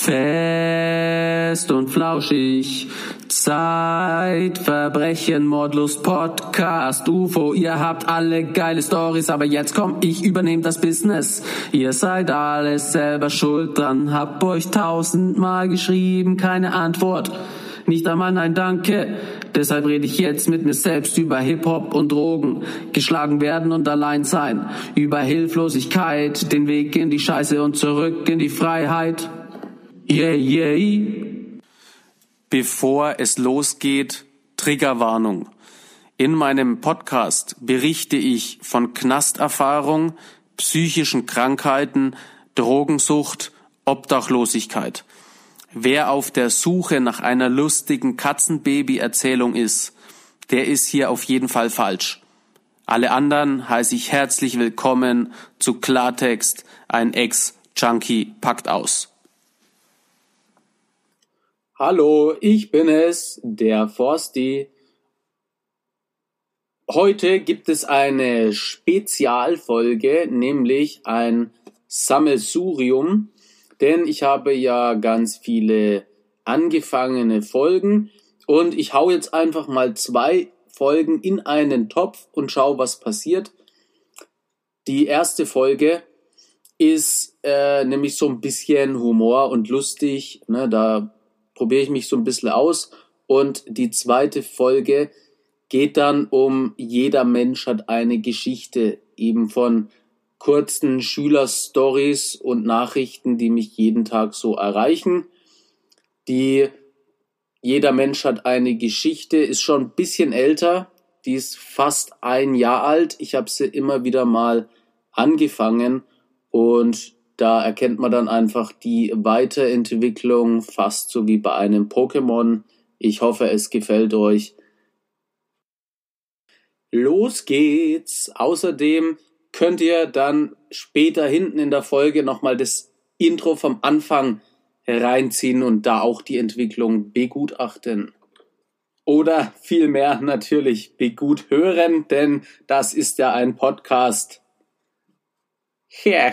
Fest und flauschig, Zeitverbrechen, Mordlust, Podcast, UFO, ihr habt alle geile Storys, aber jetzt komm, ich übernehm das Business. Ihr seid alles selber schuld dran, hab euch 1000-mal geschrieben, keine Antwort. Nicht einmal nein, danke. Deshalb rede ich jetzt mit mir selbst über Hip-Hop und Drogen, geschlagen werden und allein sein, über Hilflosigkeit, den Weg in die Scheiße und zurück in die Freiheit. Yeah, yeah. Bevor es losgeht, Triggerwarnung. In meinem Podcast berichte ich von Knasterfahrung, psychischen Krankheiten, Drogensucht, Obdachlosigkeit. Wer auf der Suche nach einer lustigen Katzenbaby-Erzählung ist, der ist hier auf jeden Fall falsch. Alle anderen heiße ich herzlich willkommen zu Klartext, ein Ex-Junkie packt aus. Hallo, ich bin es, der Forsti. Heute gibt es eine Spezialfolge, nämlich ein Sammelsurium, denn ich habe ja ganz viele angefangene Folgen und ich hau jetzt einfach mal 2 Folgen in einen Topf und schau, was passiert. Die erste Folge ist nämlich so ein bisschen Humor und lustig, ne, da probiere ich mich so ein bisschen aus. Und die zweite Folge geht dann um jeder Mensch hat eine Geschichte, eben von kurzen Schülerstories und Nachrichten, die mich jeden Tag so erreichen. Die jeder Mensch hat eine Geschichte, ist schon ein bisschen älter, die ist fast 1 Jahr alt. Ich habe sie immer wieder mal angefangen und da erkennt man dann einfach die Weiterentwicklung, fast so wie bei einem Pokémon. Ich hoffe, es gefällt euch. Los geht's! Außerdem könnt ihr dann später hinten in der Folge nochmal das Intro vom Anfang reinziehen und da auch die Entwicklung begutachten. Oder vielmehr natürlich beguthören, denn das ist ja ein Podcast. Ja.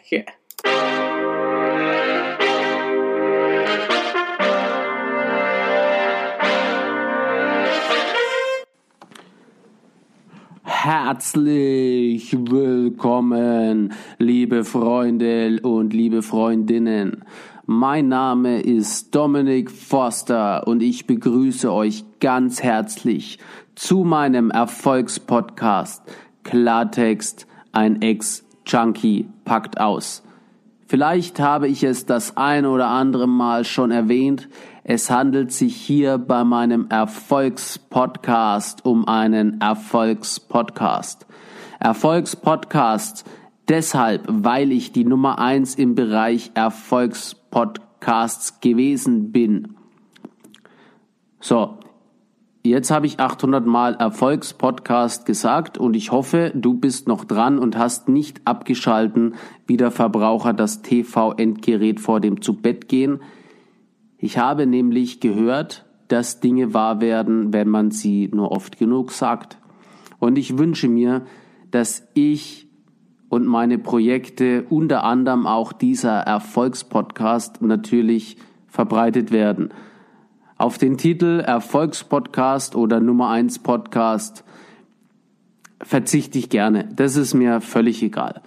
Herzlich willkommen, liebe Freunde und liebe Freundinnen. Mein Name ist Dominik Forster und ich begrüße euch ganz herzlich zu meinem Erfolgspodcast Klartext, ein Ex-Junkie packt aus. Vielleicht habe ich es das ein oder andere Mal schon erwähnt, es handelt sich hier bei meinem Erfolgspodcast um einen Erfolgspodcast. Erfolgspodcast deshalb, weil ich die Nummer 1 im Bereich Erfolgspodcasts gewesen bin. So, jetzt habe ich 800 Mal Erfolgspodcast gesagt und ich hoffe, du bist noch dran und hast nicht abgeschalten, wie der Verbraucher das TV-Endgerät vor dem Zubettgehen. Ich habe nämlich gehört, dass Dinge wahr werden, wenn man sie nur oft genug sagt. Und ich wünsche mir, dass ich und meine Projekte, unter anderem auch dieser Erfolgspodcast, natürlich verbreitet werden. Auf den Titel Erfolgspodcast oder Nummer 1 Podcast verzichte ich gerne. Das ist mir völlig egal.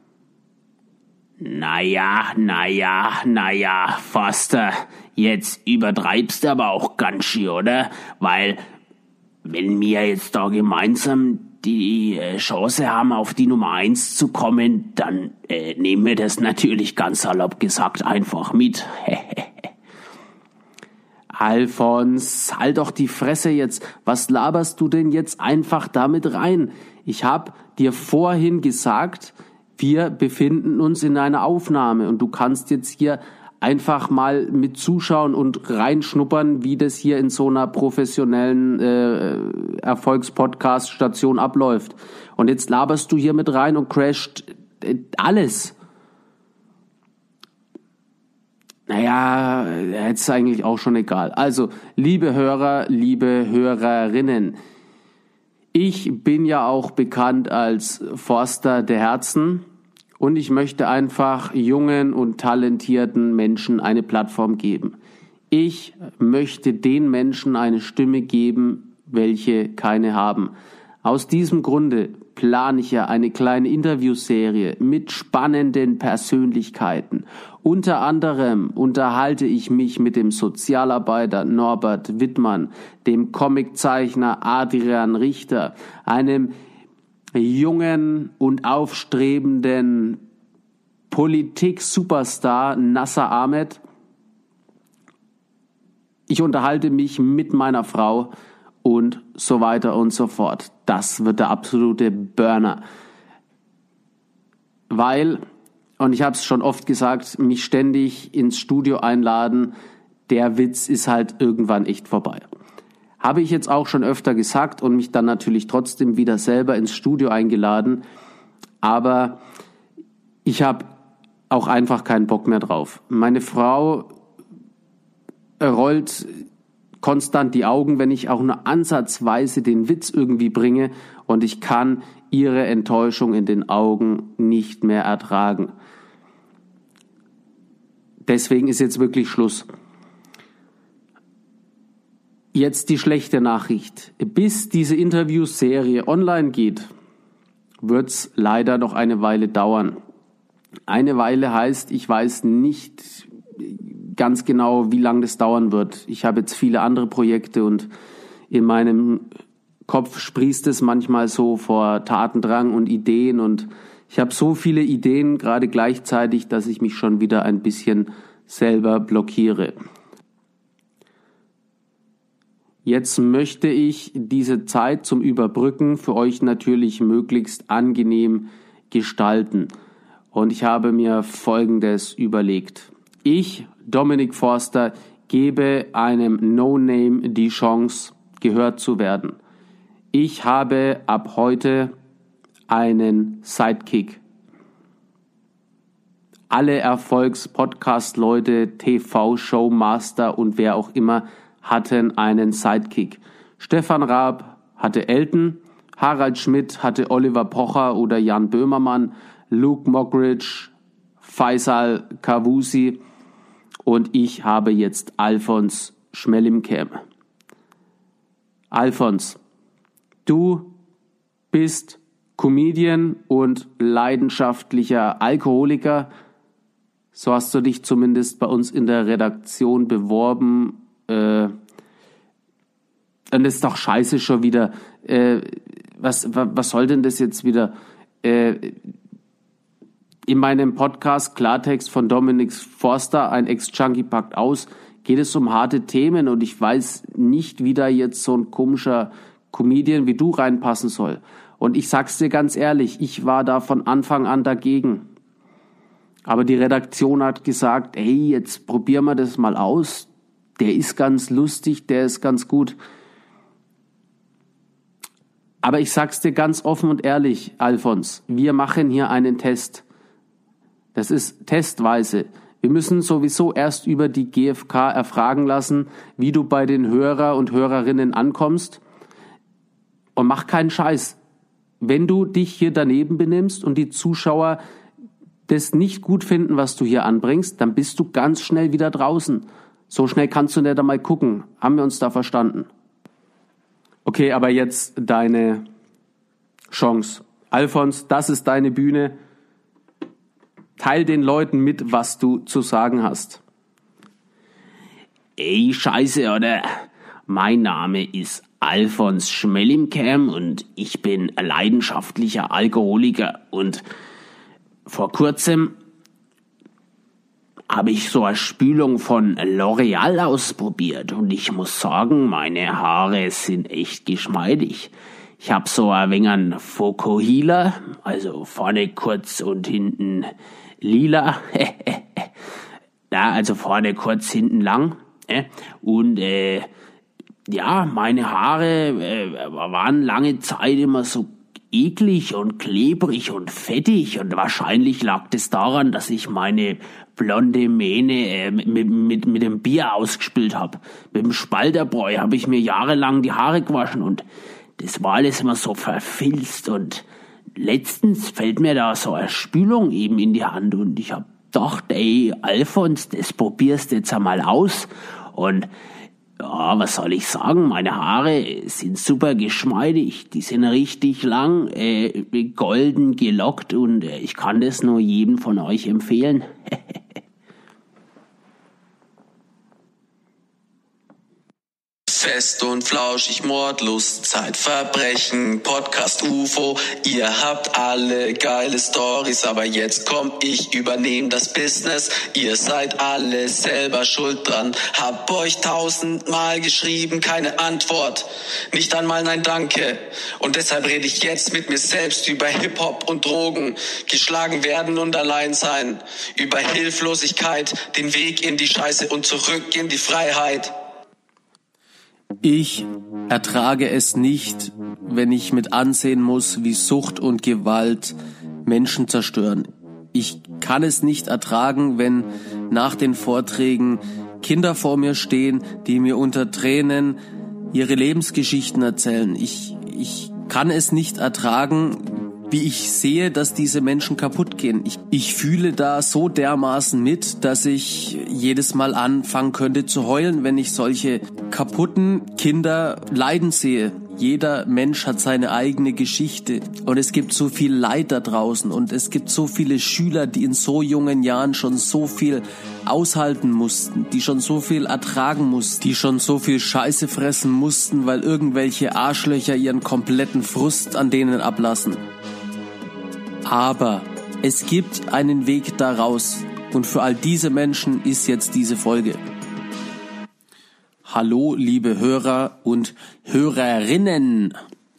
Naja, Forster, jetzt übertreibst du aber auch ganz schön, oder? Weil, wenn wir jetzt da gemeinsam die Chance haben, auf die Nummer 1 zu kommen, dann nehmen wir das natürlich ganz salopp gesagt einfach mit. Alfons, halt doch die Fresse jetzt. Was laberst du denn jetzt einfach damit rein? Ich hab dir vorhin gesagt, wir befinden uns in einer Aufnahme und du kannst jetzt hier einfach mal mit zuschauen und reinschnuppern, wie das hier in so einer professionellen Erfolgspodcast-Station abläuft. Und jetzt laberst du hier mit rein und crasht alles. Naja, jetzt ist eigentlich auch schon egal. Also, liebe Hörer, liebe Hörerinnen, ich bin ja auch bekannt als Forster der Herzen Und ich möchte einfach jungen und talentierten Menschen eine Plattform geben. Ich möchte den Menschen eine Stimme geben, welche keine haben. Aus diesem Grunde plane ich ja eine kleine Interviewserie mit spannenden Persönlichkeiten. Unter anderem unterhalte ich mich mit dem Sozialarbeiter Norbert Wittmann, dem Comiczeichner Adrian Richter, einem jungen und aufstrebenden Politik-Superstar Nasser Ahmed. Ich unterhalte mich mit meiner Frau und so weiter und so fort. Das wird der absolute Burner. Weil, und ich habe es schon oft gesagt, mich ständig ins Studio einladen, der Witz ist halt irgendwann echt vorbei. Habe ich jetzt auch schon öfter gesagt und mich dann natürlich trotzdem wieder selber ins Studio eingeladen. Aber ich habe auch einfach keinen Bock mehr drauf. Meine Frau rollt konstant die Augen, wenn ich auch nur ansatzweise den Witz irgendwie bringe, und ich kann ihre Enttäuschung in den Augen nicht mehr ertragen. Deswegen ist jetzt wirklich Schluss. Jetzt die schlechte Nachricht. Bis diese Interviewserie online geht, wird's leider noch eine Weile dauern. Eine Weile heißt, ich weiß nicht ganz genau, wie lange das dauern wird. Ich habe jetzt viele andere Projekte und in meinem Kopf sprießt es manchmal so vor Tatendrang und Ideen, und ich habe so viele Ideen gerade gleichzeitig, dass ich mich schon wieder ein bisschen selber blockiere. Jetzt möchte ich diese Zeit zum Überbrücken für euch natürlich möglichst angenehm gestalten. Und ich habe mir Folgendes überlegt. Ich, Dominik Forster, gebe einem No-Name die Chance, gehört zu werden. Ich habe ab heute einen Sidekick. Alle Erfolgs-Podcast-Leute, TV-Showmaster und wer auch immer hatten einen Sidekick. Stefan Raab hatte Elton, Harald Schmidt hatte Oliver Pocher oder Jan Böhmermann, Luke Mockridge, Faisal Kavusi, und ich habe jetzt Alfons Schmellimcam. Alfons, du bist Comedian und leidenschaftlicher Alkoholiker. So hast du dich zumindest bei uns in der Redaktion beworben. Und das ist doch scheiße schon wieder. Was soll denn das jetzt wieder? In meinem Podcast Klartext von Dominik Forster, ein Ex-Junkie packt aus, geht es um harte Themen, und ich weiß nicht, wie da jetzt so ein komischer Comedian wie du reinpassen soll. Und ich sag's dir ganz ehrlich, ich war da von Anfang an dagegen. Aber die Redaktion hat gesagt, hey, jetzt probieren wir das mal aus. Der ist ganz lustig, der ist ganz gut. Aber ich sag's dir ganz offen und ehrlich, Alfons, wir machen hier einen Test. Das ist testweise. Wir müssen sowieso erst über die GfK erfragen lassen, wie du bei den Hörer und Hörerinnen ankommst. Und mach keinen Scheiß. Wenn du dich hier daneben benimmst und die Zuschauer das nicht gut finden, was du hier anbringst, dann bist du ganz schnell wieder draußen. So schnell kannst du nicht einmal gucken. Haben wir uns da verstanden? Okay, aber jetzt deine Chance. Alfons, das ist deine Bühne. Teil den Leuten mit, was du zu sagen hast. Ey, Scheiße, oder? Mein Name ist Alfons Schmellimcam und ich bin leidenschaftlicher Alkoholiker, und vor kurzem habe ich so eine Spülung von L'Oreal ausprobiert, und ich muss sagen, meine Haare sind echt geschmeidig. Ich habe so ein wenig einen Fokuhila, also vorne kurz und hinten lila. Ja, also vorne kurz, hinten lang. Und ja, meine Haare waren lange Zeit immer so eklig und klebrig und fettig, und wahrscheinlich lag das daran, dass ich meine blonde Mähne mit dem Bier ausgespült habe. Mit dem Spalterbräu habe ich mir jahrelang die Haare gewaschen, und das war alles immer so verfilzt und letztens fällt mir da so eine Spülung eben in die Hand und ich hab gedacht, ey, Alfons, das probierst jetzt einmal aus. Und ja, was soll ich sagen, meine Haare sind super geschmeidig, die sind richtig lang, golden gelockt und ich kann das nur jedem von euch empfehlen. Fest und flauschig, Mordlust, Zeitverbrechen, Podcast UFO. Ihr habt alle geile Storys, aber jetzt komm ich, übernehm das Business. Ihr seid alle selber schuld dran. Hab euch 1000-mal geschrieben, keine Antwort. Nicht einmal nein, danke. Und deshalb rede ich jetzt mit mir selbst über Hip-Hop und Drogen. Geschlagen werden und allein sein. Über Hilflosigkeit, den Weg in die Scheiße und zurück in die Freiheit. Ich ertrage es nicht, wenn ich mit ansehen muss, wie Sucht und Gewalt Menschen zerstören. Ich kann es nicht ertragen, wenn nach den Vorträgen Kinder vor mir stehen, die mir unter Tränen ihre Lebensgeschichten erzählen. Ich kann es nicht ertragen, wie ich sehe, dass diese Menschen kaputt gehen. Ich fühle da so dermaßen mit, dass ich jedes Mal anfangen könnte zu heulen, wenn ich solche kaputten Kinder leiden sehe. Jeder Mensch hat seine eigene Geschichte und es gibt so viel Leid da draußen und es gibt so viele Schüler, die in so jungen Jahren schon so viel aushalten mussten, die schon so viel ertragen mussten, die schon so viel Scheiße fressen mussten, weil irgendwelche Arschlöcher ihren kompletten Frust an denen ablassen. Aber es gibt einen Weg daraus und für all diese Menschen ist jetzt diese Folge. Hallo, liebe Hörer und Hörerinnen.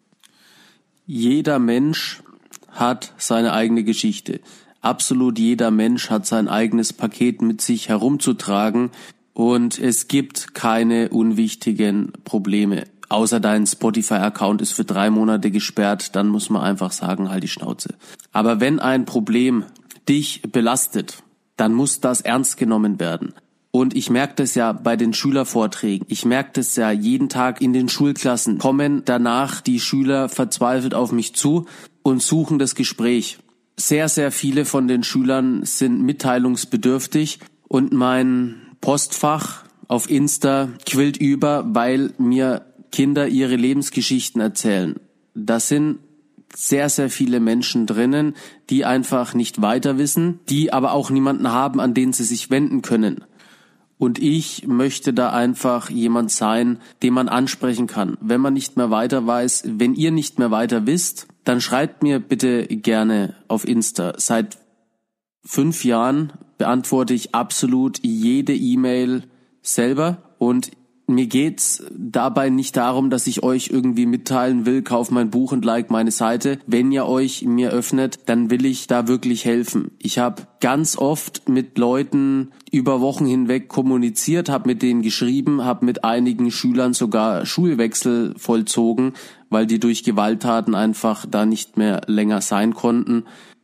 Jeder Mensch hat seine eigene Geschichte. Absolut jeder Mensch hat sein eigenes Paket mit sich herumzutragen und es gibt keine unwichtigen Probleme. Außer dein Spotify-Account ist für 3 Monate gesperrt, dann muss man einfach sagen, halt die Schnauze. Aber wenn ein Problem dich belastet, dann muss das ernst genommen werden. Und ich merke das ja bei den Schülervorträgen. Ich merke das ja jeden Tag in den Schulklassen. Kommen danach die Schüler verzweifelt auf mich zu und suchen das Gespräch. Sehr, sehr viele von den Schülern sind mitteilungsbedürftig und mein Postfach auf Insta quillt über, weil mir Kinder ihre Lebensgeschichten erzählen. Da sind sehr, sehr viele Menschen drinnen, die einfach nicht weiter wissen, die aber auch niemanden haben, an den sie sich wenden können. Und ich möchte da einfach jemand sein, den man ansprechen kann. Wenn man nicht mehr weiter weiß, wenn ihr nicht mehr weiter wisst, dann schreibt mir bitte gerne auf Insta. Seit 5 Jahren beantworte ich absolut jede E-Mail selber und mir geht's dabei nicht darum, dass ich euch irgendwie mitteilen will, kauf mein Buch und like meine Seite. Wenn ihr euch mir öffnet, dann will ich da wirklich helfen. Ich habe ganz oft mit Leuten über Wochen hinweg kommuniziert, habe mit denen geschrieben, habe mit einigen Schülern sogar Schulwechsel vollzogen, weil die durch Gewalttaten einfach da nicht mehr länger sein konnten.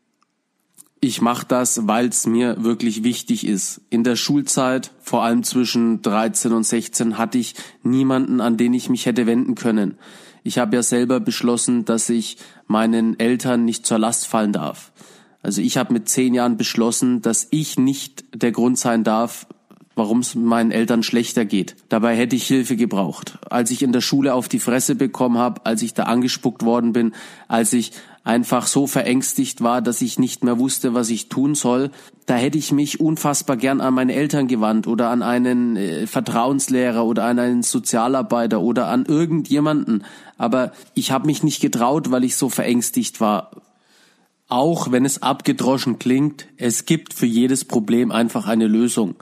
Ich mache das, weil es mir wirklich wichtig ist. In der Schulzeit, vor allem zwischen 13 und 16, hatte ich niemanden, an den ich mich hätte wenden können. Ich habe ja selber beschlossen, dass ich meinen Eltern nicht zur Last fallen darf. Also ich habe mit 10 Jahren beschlossen, dass ich nicht der Grund sein darf, warum es meinen Eltern schlechter geht. Dabei hätte ich Hilfe gebraucht. Als ich in der Schule auf die Fresse bekommen habe, als ich da angespuckt worden bin, als ich einfach so verängstigt war, dass ich nicht mehr wusste, was ich tun soll, da hätte ich mich unfassbar gern an meine Eltern gewandt oder an einen Vertrauenslehrer oder an einen Sozialarbeiter oder an irgendjemanden. Aber ich habe mich nicht getraut, weil ich so verängstigt war. Auch wenn es abgedroschen klingt, es gibt für jedes Problem einfach eine Lösung.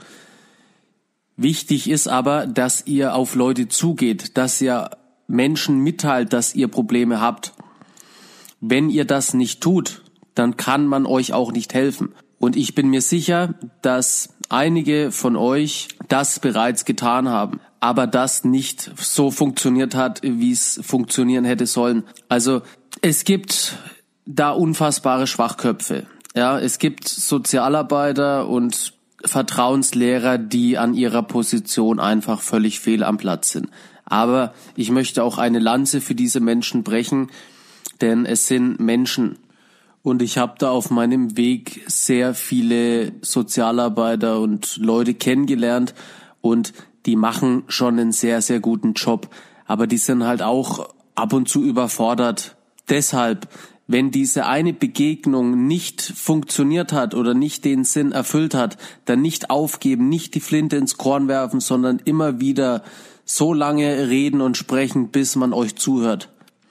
Wichtig ist aber, dass ihr auf Leute zugeht, dass ihr Menschen mitteilt, dass ihr Probleme habt. Wenn ihr das nicht tut, dann kann man euch auch nicht helfen. Und ich bin mir sicher, dass einige von euch das bereits getan haben, aber das nicht so funktioniert hat, wie es funktionieren hätte sollen. Also es gibt da unfassbare Schwachköpfe. Ja, es gibt Sozialarbeiter und Vertrauenslehrer, die an ihrer Position einfach völlig fehl am Platz sind. Aber ich möchte auch eine Lanze für diese Menschen brechen, denn es sind Menschen. Und ich habe da auf meinem Weg sehr viele Sozialarbeiter und Leute kennengelernt und die machen schon einen sehr, sehr guten Job. Aber die sind halt auch ab und zu überfordert. Deshalb, wenn diese eine Begegnung nicht funktioniert hat oder nicht den Sinn erfüllt hat, dann nicht aufgeben, nicht die Flinte ins Korn werfen, sondern immer wieder so lange reden und sprechen, bis man euch zuhört.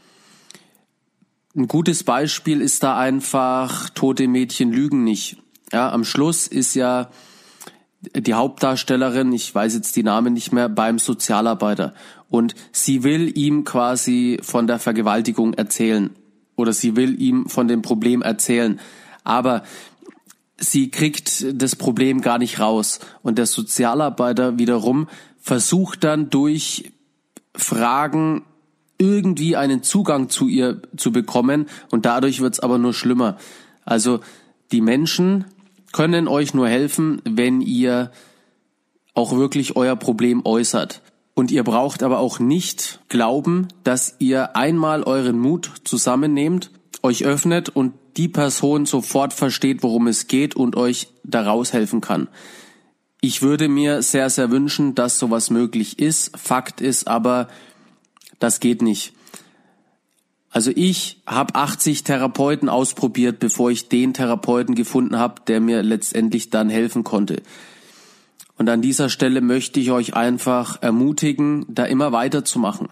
Ein gutes Beispiel ist da einfach Tote Mädchen lügen nicht. Ja, am Schluss ist ja die Hauptdarstellerin, ich weiß jetzt die Namen nicht mehr, beim Sozialarbeiter. Und sie will ihm quasi von der Vergewaltigung erzählen. Oder sie will ihm von dem Problem erzählen. Aber sie kriegt das Problem gar nicht raus. Und der Sozialarbeiter wiederum versucht dann durch Fragen irgendwie einen Zugang zu ihr zu bekommen. Und dadurch wird's aber nur schlimmer. Also die Menschen können euch nur helfen, wenn ihr auch wirklich euer Problem äußert. Und ihr braucht aber auch nicht glauben, dass ihr einmal euren Mut zusammennehmt, euch öffnet und die Person sofort versteht, worum es geht und euch daraus helfen kann. Ich würde mir sehr, sehr wünschen, dass sowas möglich ist. Fakt ist aber, das geht nicht. Also ich habe 80 Therapeuten ausprobiert, bevor ich den Therapeuten gefunden habe, der mir letztendlich dann helfen konnte. Und an dieser Stelle möchte ich euch einfach ermutigen, da immer weiterzumachen.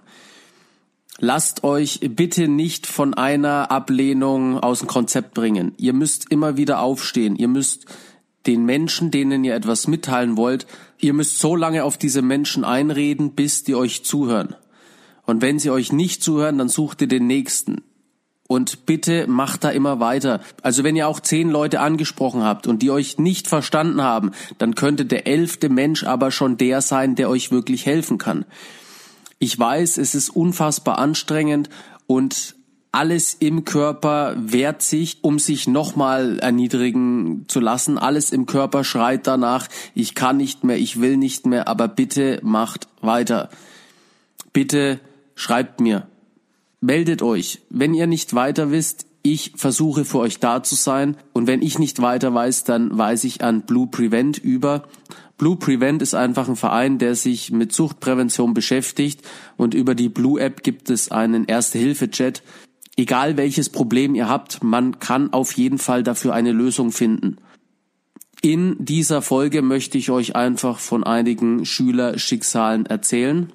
Lasst euch bitte nicht von einer Ablehnung aus dem Konzept bringen. Ihr müsst immer wieder aufstehen. Ihr müsst den Menschen, denen ihr etwas mitteilen wollt, ihr müsst so lange auf diese Menschen einreden, bis die euch zuhören. Und wenn sie euch nicht zuhören, dann sucht ihr den Nächsten. Und bitte macht da immer weiter. Also wenn ihr auch 10 Leute angesprochen habt und die euch nicht verstanden haben, dann könnte der 11. Mensch aber schon der sein, der euch wirklich helfen kann. Ich weiß, es ist unfassbar anstrengend und alles im Körper wehrt sich, um sich nochmal erniedrigen zu lassen. Alles im Körper schreit danach, ich kann nicht mehr, ich will nicht mehr, aber bitte macht weiter. Bitte schreibt mir. Meldet euch. Wenn ihr nicht weiter wisst, ich versuche für euch da zu sein. Und wenn ich nicht weiter weiß, dann weise ich an Blue Prevent über. Blue Prevent ist einfach ein Verein, der sich mit Suchtprävention beschäftigt. Und über die Blue App gibt es einen Erste-Hilfe-Chat. Egal welches Problem ihr habt, man kann auf jeden Fall dafür eine Lösung finden. In dieser Folge möchte ich euch einfach von einigen Schülerschicksalen erzählen.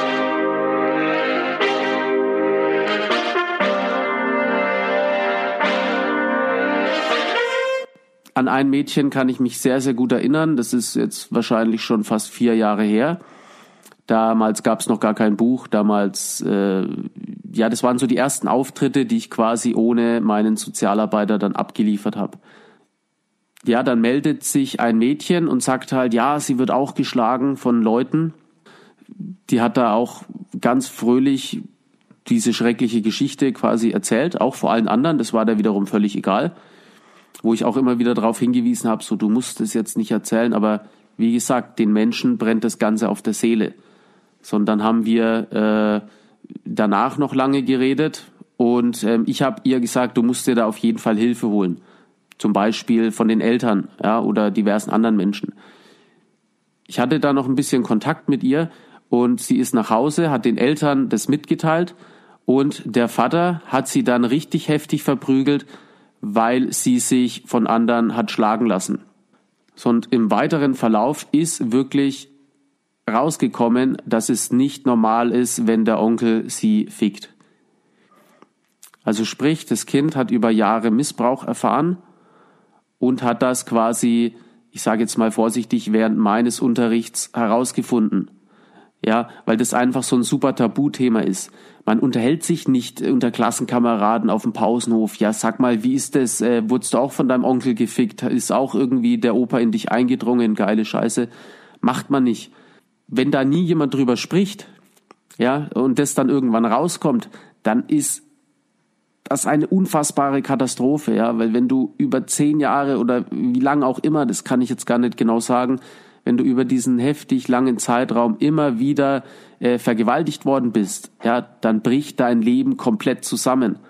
An ein Mädchen kann ich mich sehr, sehr gut erinnern. Das ist jetzt wahrscheinlich schon fast 4 Jahre her. Damals gab es noch gar kein Buch. Damals, das waren so die ersten Auftritte, die ich quasi ohne meinen Sozialarbeiter dann abgeliefert habe. Ja, dann meldet sich ein Mädchen und sagt halt, ja, sie wird auch geschlagen von Leuten. Die hat da auch ganz fröhlich diese schreckliche Geschichte quasi erzählt, auch vor allen anderen. Das war da wiederum völlig egal. Wo ich auch immer wieder darauf hingewiesen habe, so du musst es jetzt nicht erzählen, aber wie gesagt, den Menschen brennt das Ganze auf der Seele. So, und dann haben wir danach noch lange geredet und ich habe ihr gesagt, du musst dir da auf jeden Fall Hilfe holen. Zum Beispiel von den Eltern, ja, oder diversen anderen Menschen. Ich hatte da noch ein bisschen Kontakt mit ihr und sie ist nach Hause, hat den Eltern das mitgeteilt und der Vater hat sie dann richtig heftig verprügelt, weil sie sich von anderen hat schlagen lassen. So, und im weiteren Verlauf ist wirklich rausgekommen, dass es nicht normal ist, wenn der Onkel sie fickt. Also sprich, das Kind hat über Jahre Missbrauch erfahren und hat das quasi, ich sage jetzt mal vorsichtig, während meines Unterrichts herausgefunden. Ja, weil das einfach so ein super Tabuthema ist. Man unterhält sich nicht unter Klassenkameraden auf dem Pausenhof. Ja, sag mal, wie ist das? Wurdest du auch von deinem Onkel gefickt? Ist auch irgendwie der Opa in dich eingedrungen? Geile Scheiße. Macht man nicht. Wenn da nie jemand drüber spricht, ja, und das dann irgendwann rauskommt, dann ist das eine unfassbare Katastrophe, ja, weil wenn du über 10 Jahre oder wie lange auch immer, das kann ich jetzt gar nicht genau sagen, wenn du über diesen heftig langen Zeitraum immer wieder vergewaltigt worden bist, ja, dann bricht dein Leben komplett zusammen.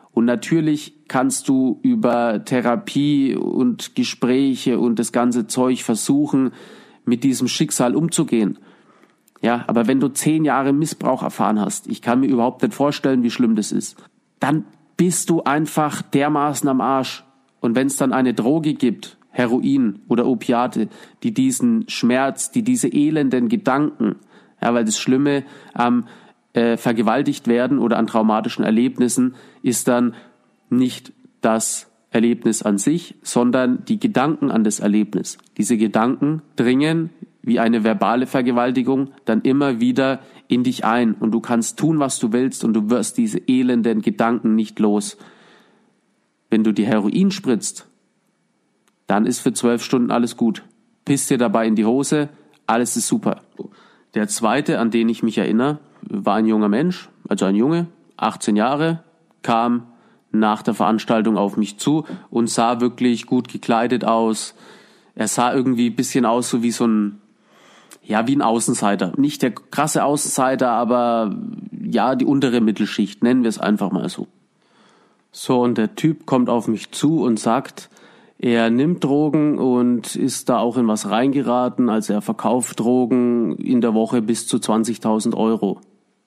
Und natürlich kannst du über Therapie und Gespräche und das ganze Zeug versuchen, mit diesem Schicksal umzugehen. Ja, aber wenn du 10 Jahre Missbrauch erfahren hast, ich kann mir überhaupt nicht vorstellen, wie schlimm das ist, dann bist du einfach dermaßen am Arsch. Und wenn es dann eine Droge gibt, Heroin oder Opiate, die diesen Schmerz, die diese elenden Gedanken, ja, weil das Schlimme am vergewaltigt werden oder an traumatischen Erlebnissen ist dann nicht das Erlebnis an sich, sondern die Gedanken an das Erlebnis. Diese Gedanken dringen wie eine verbale Vergewaltigung dann immer wieder in dich ein und du kannst tun, was du willst und du wirst diese elenden Gedanken nicht los. Wenn du dir Heroin spritzt, dann ist für 12 Stunden alles gut. Pisst dir dabei in die Hose, alles ist super. Der zweite, an den ich mich erinnere, war ein junger Mensch, also ein Junge, 18 Jahre, kam nach der Veranstaltung auf mich zu und sah wirklich gut gekleidet aus. Er sah irgendwie ein bisschen aus so wie so ein, ja, wie ein Außenseiter. Nicht der krasse Außenseiter, aber ja, die untere Mittelschicht, nennen wir es einfach mal so. So, und der Typ kommt auf mich zu und sagt, er nimmt Drogen und ist da auch in was reingeraten, also er verkauft Drogen in der Woche bis zu 20.000 Euro.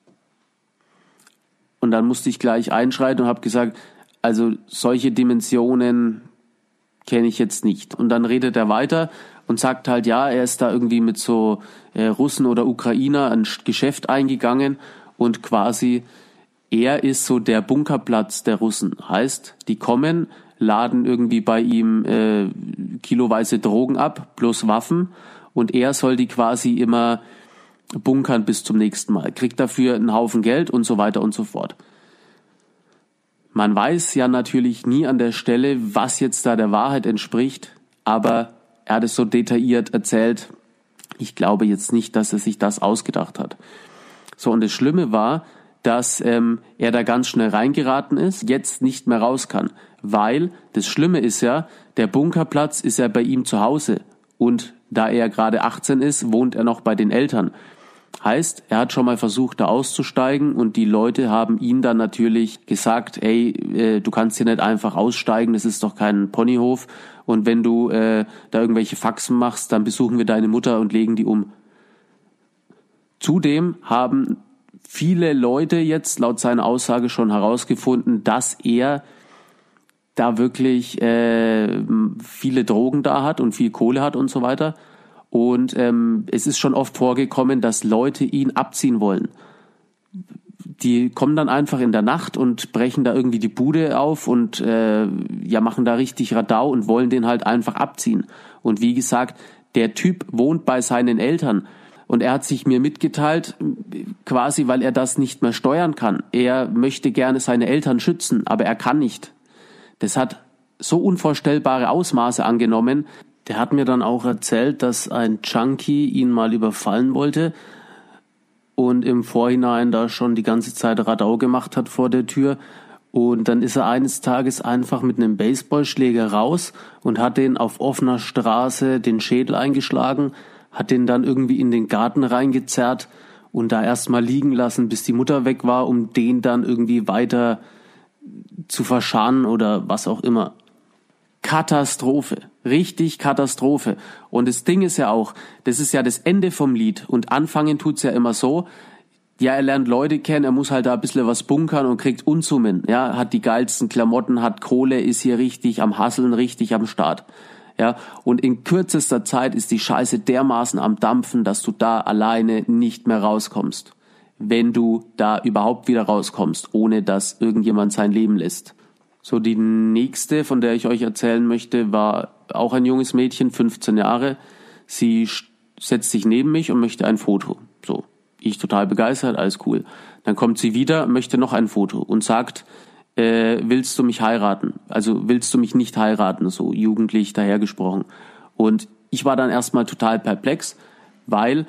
Und dann musste ich gleich einschreiten und habe gesagt, also solche Dimensionen kenne ich jetzt nicht. Und dann redet er weiter und sagt halt, ja, er ist da irgendwie mit so Russen oder Ukrainer ein Geschäft eingegangen und quasi er ist so der Bunkerplatz der Russen. Heißt, die kommen, laden irgendwie bei ihm kiloweise Drogen ab, plus Waffen und er soll die quasi immer bunkern bis zum nächsten Mal, kriegt dafür einen Haufen Geld und so weiter und so fort. Man weiß ja natürlich nie an der Stelle, was jetzt da der Wahrheit entspricht, aber er hat es so detailliert erzählt, ich glaube jetzt nicht, dass er sich das ausgedacht hat. So, und das Schlimme war, dass er da ganz schnell reingeraten ist, jetzt nicht mehr raus kann, weil das Schlimme ist ja, der Bunkerplatz ist ja bei ihm zu Hause und da er gerade 18 ist, wohnt er noch bei den Eltern. Heißt, er hat schon mal versucht, da auszusteigen und die Leute haben ihm dann natürlich gesagt, ey, du kannst hier nicht einfach aussteigen, das ist doch kein Ponyhof und wenn du da irgendwelche Faxen machst, dann besuchen wir deine Mutter und legen die um. Zudem haben viele Leute jetzt laut seiner Aussage schon herausgefunden, dass er da wirklich viele Drogen da hat und viel Kohle hat und so weiter. Und es ist schon oft vorgekommen, dass Leute ihn abziehen wollen. Die kommen dann einfach in der Nacht und brechen da irgendwie die Bude auf und machen da richtig Radau und wollen den halt einfach abziehen. Und wie gesagt, der Typ wohnt bei seinen Eltern. Und er hat sich mir mitgeteilt, quasi weil er das nicht mehr steuern kann. Er möchte gerne seine Eltern schützen, aber er kann nicht. Das hat so unvorstellbare Ausmaße angenommen. Der hat mir dann auch erzählt, dass ein Junkie ihn mal überfallen wollte und im Vorhinein da schon die ganze Zeit Radau gemacht hat vor der Tür. Und dann ist er eines Tages einfach mit einem Baseballschläger raus und hat den auf offener Straße den Schädel eingeschlagen, hat den dann irgendwie in den Garten reingezerrt und da erstmal liegen lassen, bis die Mutter weg war, um den dann irgendwie weiter zu verscharren oder was auch immer. Katastrophe. Richtig Katastrophe. Und das Ding ist ja auch, das ist ja das Ende vom Lied und anfangen tut's ja immer so, ja, er lernt Leute kennen, er muss halt da ein bisschen was bunkern und kriegt Unsummen, ja, hat die geilsten Klamotten, hat Kohle, ist hier richtig am Hasseln, richtig am Start. Ja, und in kürzester Zeit ist die Scheiße dermaßen am Dampfen, dass du da alleine nicht mehr rauskommst. Wenn du da überhaupt wieder rauskommst, ohne dass irgendjemand sein Leben lässt. So, die nächste, von der ich euch erzählen möchte, war auch ein junges Mädchen, 15 Jahre. Sie setzt sich neben mich und möchte ein Foto. So, ich total begeistert, alles cool. Dann kommt sie wieder, möchte noch ein Foto und sagt, willst du mich heiraten? Also willst du mich nicht heiraten? So jugendlich dahergesprochen. Und ich war dann erstmal total perplex, weil,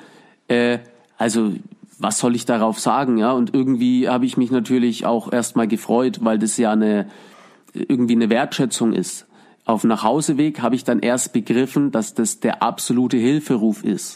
was soll ich darauf sagen? Ja, und irgendwie habe ich mich natürlich auch erstmal gefreut, weil das ja irgendwie eine Wertschätzung ist. Auf dem Nachhauseweg habe ich dann erst begriffen, dass das der absolute Hilferuf ist.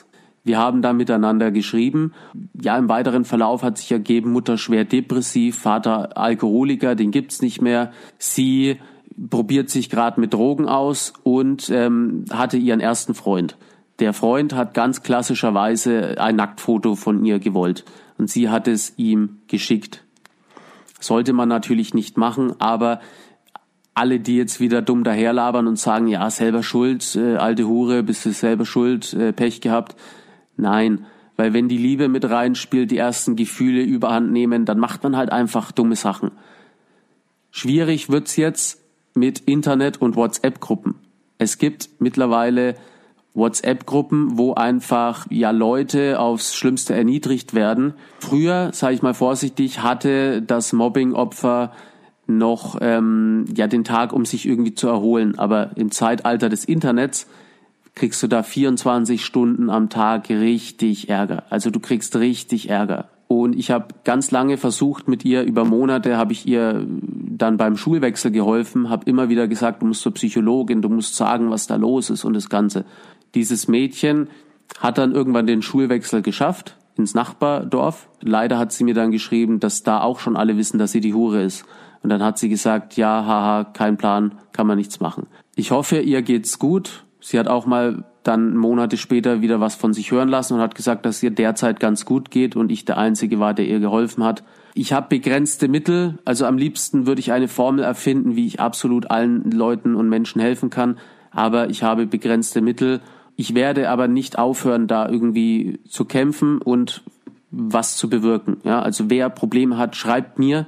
Wir haben da miteinander geschrieben. Ja, im weiteren Verlauf hat sich ergeben, Mutter schwer depressiv, Vater Alkoholiker, den gibt's nicht mehr. Sie probiert sich gerade mit Drogen aus und hatte ihren ersten Freund. Der Freund hat ganz klassischerweise ein Nacktfoto von ihr gewollt und sie hat es ihm geschickt. Sollte man natürlich nicht machen, aber alle, die jetzt wieder dumm daherlabern und sagen, ja, selber schuld, alte Hure, bist du selber schuld, Pech gehabt. Nein, weil wenn die Liebe mit reinspielt, die ersten Gefühle überhand nehmen, dann macht man halt einfach dumme Sachen. Schwierig wird's jetzt mit Internet- und WhatsApp-Gruppen. Es gibt mittlerweile WhatsApp-Gruppen, wo einfach Leute aufs Schlimmste erniedrigt werden. Früher, sage ich mal vorsichtig, hatte das Mobbing-Opfer noch den Tag, um sich irgendwie zu erholen. Aber im Zeitalter des Internets kriegst du da 24 Stunden am Tag richtig Ärger. Also du kriegst richtig Ärger. Und ich habe ganz lange versucht mit ihr, über Monate habe ich ihr dann beim Schulwechsel geholfen, habe immer wieder gesagt, du musst zur Psychologin, du musst sagen, was da los ist und das Ganze. Dieses Mädchen hat dann irgendwann den Schulwechsel geschafft ins Nachbardorf. Leider hat sie mir dann geschrieben, dass da auch schon alle wissen, dass sie die Hure ist. Und dann hat sie gesagt, ja, haha, kein Plan, kann man nichts machen. Ich hoffe, ihr geht's gut. Sie hat auch mal dann Monate später wieder was von sich hören lassen und hat gesagt, dass ihr derzeit ganz gut geht und ich der Einzige war, der ihr geholfen hat. Ich habe begrenzte Mittel, also am liebsten würde ich eine Formel erfinden, wie ich absolut allen Leuten und Menschen helfen kann, aber ich habe begrenzte Mittel. Ich werde aber nicht aufhören, da irgendwie zu kämpfen und was zu bewirken. Ja, also wer Probleme hat, schreibt mir.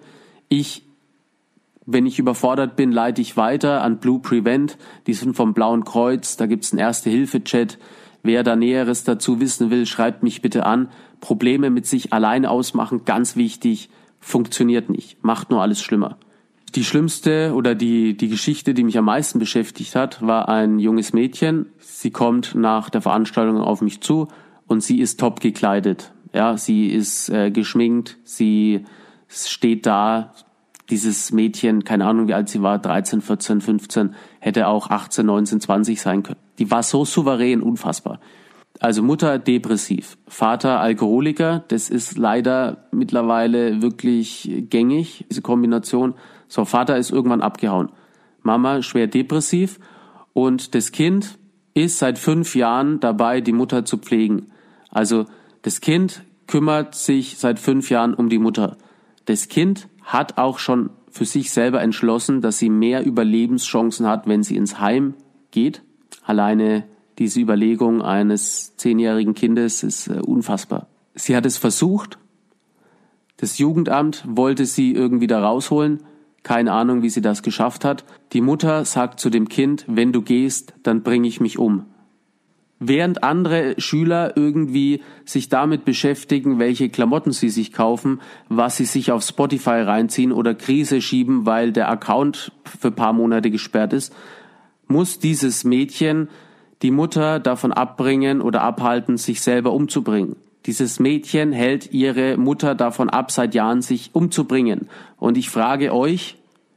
Wenn ich überfordert bin, leite ich weiter an Blue Prevent. Die sind vom Blauen Kreuz. Da gibt's einen Erste-Hilfe-Chat. Wer da Näheres dazu wissen will, schreibt mich bitte an. Probleme mit sich alleine ausmachen, ganz wichtig, funktioniert nicht. Macht nur alles schlimmer. Die schlimmste oder die Geschichte, die mich am meisten beschäftigt hat, war ein junges Mädchen. Sie kommt nach der Veranstaltung auf mich zu und sie ist top gekleidet. Ja, sie ist geschminkt, sie steht da. Dieses Mädchen, keine Ahnung wie alt sie war, 13, 14, 15, hätte auch 18, 19, 20 sein können. Die war so souverän, unfassbar. Also Mutter depressiv, Vater Alkoholiker, das ist leider mittlerweile wirklich gängig, diese Kombination. So, Vater ist irgendwann abgehauen. Mama schwer depressiv und das Kind ist seit 5 Jahren dabei, die Mutter zu pflegen. Also das Kind kümmert sich seit 5 Jahren um die Mutter. Das Kind hat auch schon für sich selber entschlossen, dass sie mehr Überlebenschancen hat, wenn sie ins Heim geht. Alleine diese Überlegung eines 10-jährigen Kindes ist unfassbar. Sie hat es versucht. Das Jugendamt wollte sie irgendwie da rausholen. Keine Ahnung, wie sie das geschafft hat. Die Mutter sagt zu dem Kind, wenn du gehst, dann bringe ich mich um. Während andere Schüler irgendwie sich damit beschäftigen, welche Klamotten sie sich kaufen, was sie sich auf Spotify reinziehen oder Krise schieben, weil der Account für ein paar Monate gesperrt ist, muss dieses Mädchen die Mutter davon abbringen oder abhalten, sich selber umzubringen. Dieses Mädchen hält ihre Mutter davon ab, seit Jahren sich umzubringen. Und ich frage euch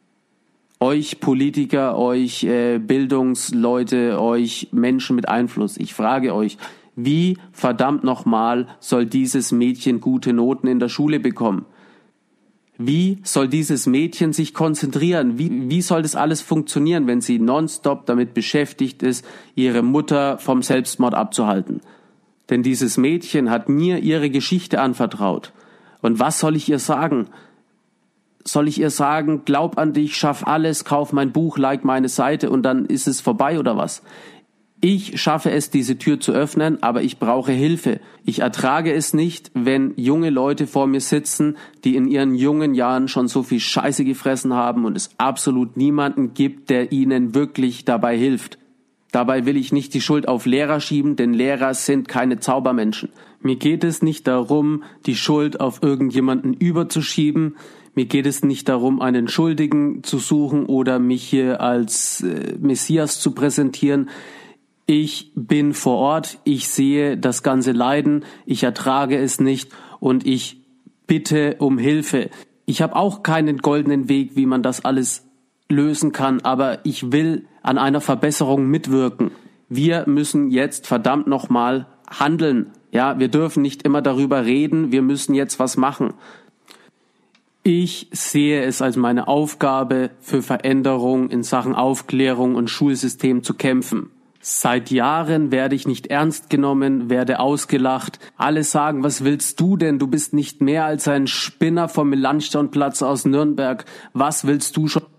Politiker, euch Bildungsleute, euch Menschen mit Einfluss, ich frage euch, wie verdammt nochmal soll dieses Mädchen gute Noten in der Schule bekommen? Wie soll dieses Mädchen sich konzentrieren? Wie soll das alles funktionieren, wenn sie nonstop damit beschäftigt ist, ihre Mutter vom Selbstmord abzuhalten? Denn dieses Mädchen hat mir ihre Geschichte anvertraut. Und was soll ich ihr sagen? Soll ich ihr sagen, glaub an dich, schaff alles, kauf mein Buch, like meine Seite und dann ist es vorbei oder was? Ich schaffe es, diese Tür zu öffnen, aber ich brauche Hilfe. Ich ertrage es nicht, wenn junge Leute vor mir sitzen, die in ihren jungen Jahren schon so viel Scheiße gefressen haben und es absolut niemanden gibt, der ihnen wirklich dabei hilft. Dabei will ich nicht die Schuld auf Lehrer schieben, denn Lehrer sind keine Zaubermenschen. Mir geht es nicht darum, die Schuld auf irgendjemanden überzuschieben. Mir geht es nicht darum, einen Schuldigen zu suchen oder mich hier als Messias zu präsentieren. Ich bin vor Ort, ich sehe das ganze Leiden, ich ertrage es nicht und ich bitte um Hilfe. Ich habe auch keinen goldenen Weg, wie man das alles lösen kann, aber ich will an einer Verbesserung mitwirken. Wir müssen jetzt verdammt nochmal handeln. Ja, wir dürfen nicht immer darüber reden, wir müssen jetzt was machen. Ich sehe es als meine Aufgabe, für Veränderung in Sachen Aufklärung und Schulsystem zu kämpfen. Seit Jahren werde ich nicht ernst genommen, werde ausgelacht. Alle sagen, was willst du denn? Du bist nicht mehr als ein Spinner vom Melanchthonplatz aus Nürnberg. Was willst du schon?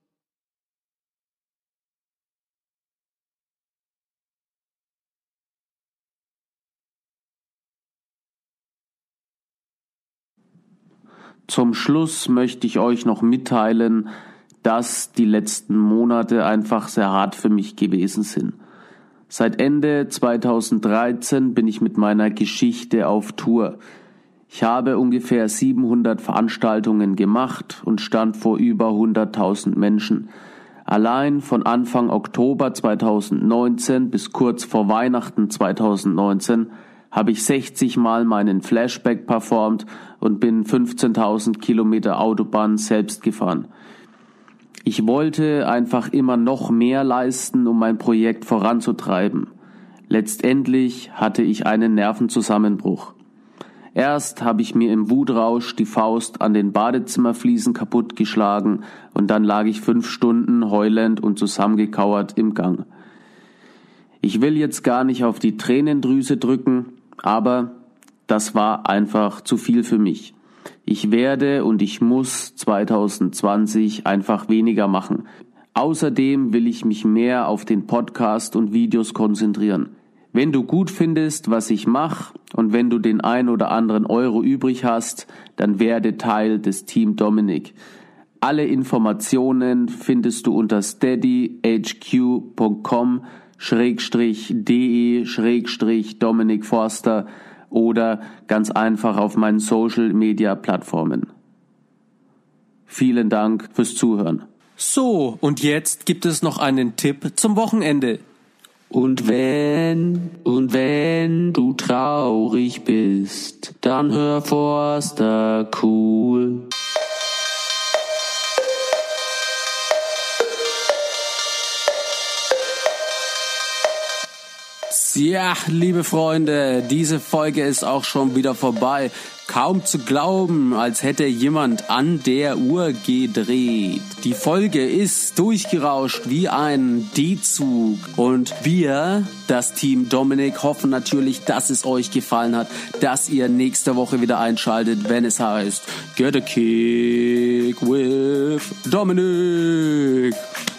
Zum Schluss möchte ich euch noch mitteilen, dass die letzten Monate einfach sehr hart für mich gewesen sind. Seit Ende 2013 bin ich mit meiner Geschichte auf Tour. Ich habe ungefähr 700 Veranstaltungen gemacht und stand vor über 100.000 Menschen. Allein von Anfang Oktober 2019 bis kurz vor Weihnachten 2019 habe ich 60 Mal meinen Flashback performt und bin 15.000 Kilometer Autobahn selbst gefahren. Ich wollte einfach immer noch mehr leisten, um mein Projekt voranzutreiben. Letztendlich hatte ich einen Nervenzusammenbruch. Erst habe ich mir im Wutrausch die Faust an den Badezimmerfliesen kaputtgeschlagen und dann lag ich 5 Stunden heulend und zusammengekauert im Gang. Ich will jetzt gar nicht auf die Tränendrüse drücken, aber das war einfach zu viel für mich. Ich werde und ich muss 2020 einfach weniger machen. Außerdem will ich mich mehr auf den Podcast und Videos konzentrieren. Wenn du gut findest, was ich mache und wenn du den ein oder anderen Euro übrig hast, dann werde Teil des Team Dominik. Alle Informationen findest du unter steadyhq.com/de/Dominik Forster oder ganz einfach auf meinen Social-Media-Plattformen. Vielen Dank fürs Zuhören. So, und jetzt gibt es noch einen Tipp zum Wochenende. Und wenn du traurig bist, dann hör Forster cool. Ja, liebe Freunde, diese Folge ist auch schon wieder vorbei. Kaum zu glauben, als hätte jemand an der Uhr gedreht. Die Folge ist durchgerauscht wie ein D-Zug. Und wir, das Team Dominik, hoffen natürlich, dass es euch gefallen hat, dass ihr nächste Woche wieder einschaltet, wenn es heißt Get a Kick with Dominik.